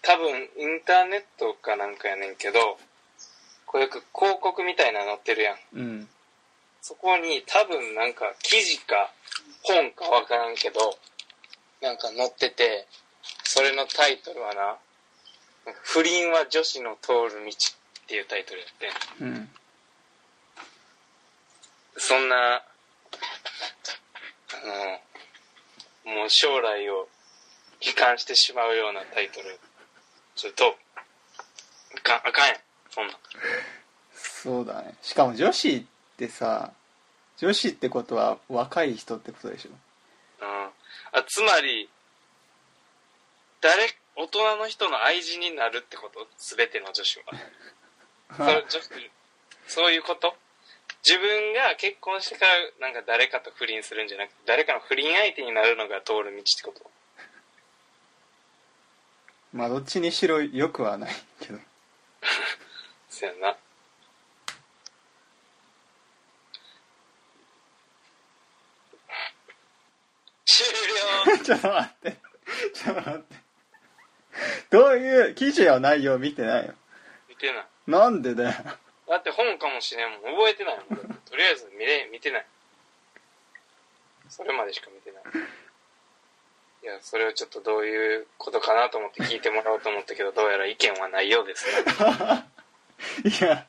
多分インターネットかなんかやねんけど、こうよく広告みたいなの載ってるやん。 うん。 そこに多分なんか記事か本かわからんけど、なんか載ってて、それのタイトルはな、不倫は女子の通る道っていうタイトルやってん。 うん。 そんな、もう将来を悲観してしまうようなタイトル。ちょっと、あかんやん、そんな。 そうだね。しかも女子ってさ、女子ってことは若い人ってことでしょ。 つまり、大人の人の愛人になるってこと？すべての女子は。そういうこと？自分が結婚してからなんか誰かと不倫するんじゃなくて、誰かの不倫相手になるのが通る道ってこと？ まあどっちにしろよくはないけど。 そうやな。終了ちょっと待って。どういう記事は内容見てないよ。 見てない。 なんでだよ。 だって本かもしれんもん。覚えてないもん。とりあえず見てない。それまでしか見てない。いや、それをちょっとどういうことかなと思って聞いてもらおうと思ったけど、どうやら意見はないようですね。 いや、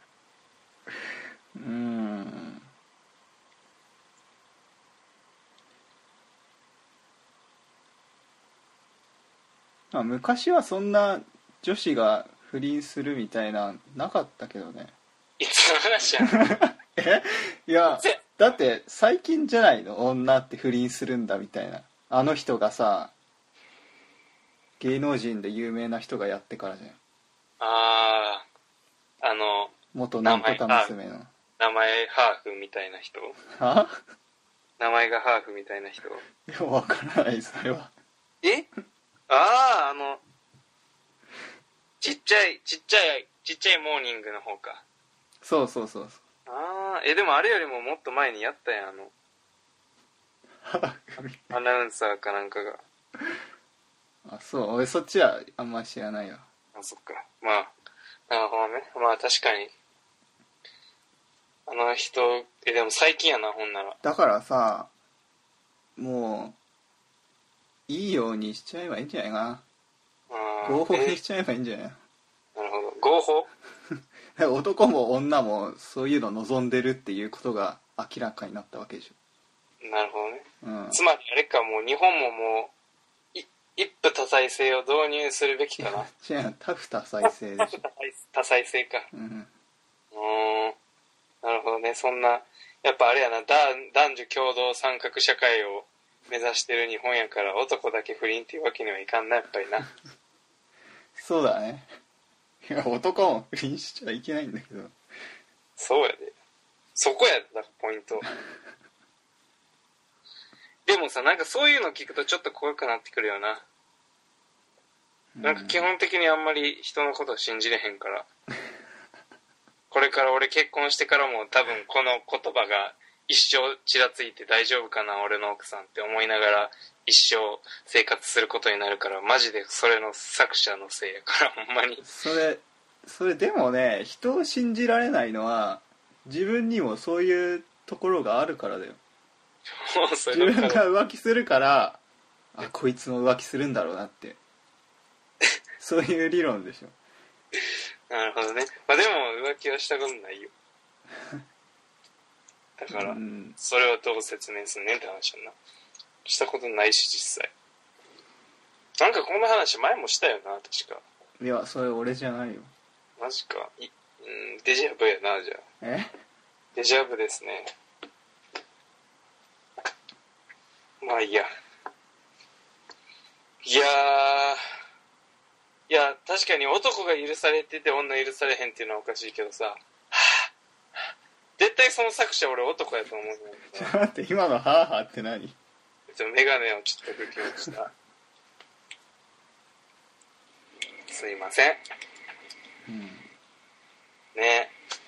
まあ、昔はそんな女子が不倫するみたいななかったけどね。 いつの話やん。 いや、だって最近じゃないの、女って不倫するんだみたいな。あの人がさ、芸能人で有名な人がやってからじゃん。元なんとか娘の名前ハーフみたいな人。 は？ 名前がハーフみたいな人。 いや、わからない、それは。 ちっちゃいモーニングの方か。 そうそうそう。 でもあれよりももっと前にやったやん、アナウンサーかなんかが。 あ、そう、俺そっちはあんま知らないよ。 そっか。まあ、なるほどね。まあ確かに。あの人、でも最近やな、ほんなら。 だからさ、もう、いいようにしちゃえばいいんじゃないかな。合法にしちゃえばいいんじゃない？ なるほど。合法？ 男も女もそういうの望んでるっていうことが明らかになったわけでしょ。なるほどね。 うん、 つまりあれか、もう日本ももう一夫多妻制を導入するべきかな。 違う、多夫多妻制でしょ。 多妻制か。なるほどね。そんなやっぱあれやな、男女共同参画社会を目指してる日本やから、男だけ不倫っていうわけにはいかんな、やっぱりな。 そうだね。いや、男も不倫しちゃいけないんだけど。 そうやで。そこやで、だからポイント。でもさ、なんかそういうの聞くとちょっと怖くなってくるよな。なんか基本的にあんまり人のことを信じれへんから。これから俺結婚してからも多分この言葉が一生ちらついて大丈夫かな俺の奥さんって思いながら一生生活することになるから、マジでそれの作者のせいやからほんまに。 それでもね、人を信じられないのは自分にもそういうところがあるからだよ。自分が浮気するから、あ、こいつも浮気するんだろうなってそういう理論でしょ。 なるほどね。まあでも浮気はしたことないよ。だから、それをどう説明すんねんって話やんな。したことないし、実際。なんかこんな話前もしたよな、確か。 いや、それ俺じゃないよ。 マジか。デジャブやな、じゃあ。デジャブですね。まあいいや。いや、確かに男が許されてて女許されへんっていうのはおかしいけどさ、絶対その作者俺男やと思うんだけど。 ちょっと待って、今のハーハーって何？ メガネをちょっと拭きました。すいません。ね。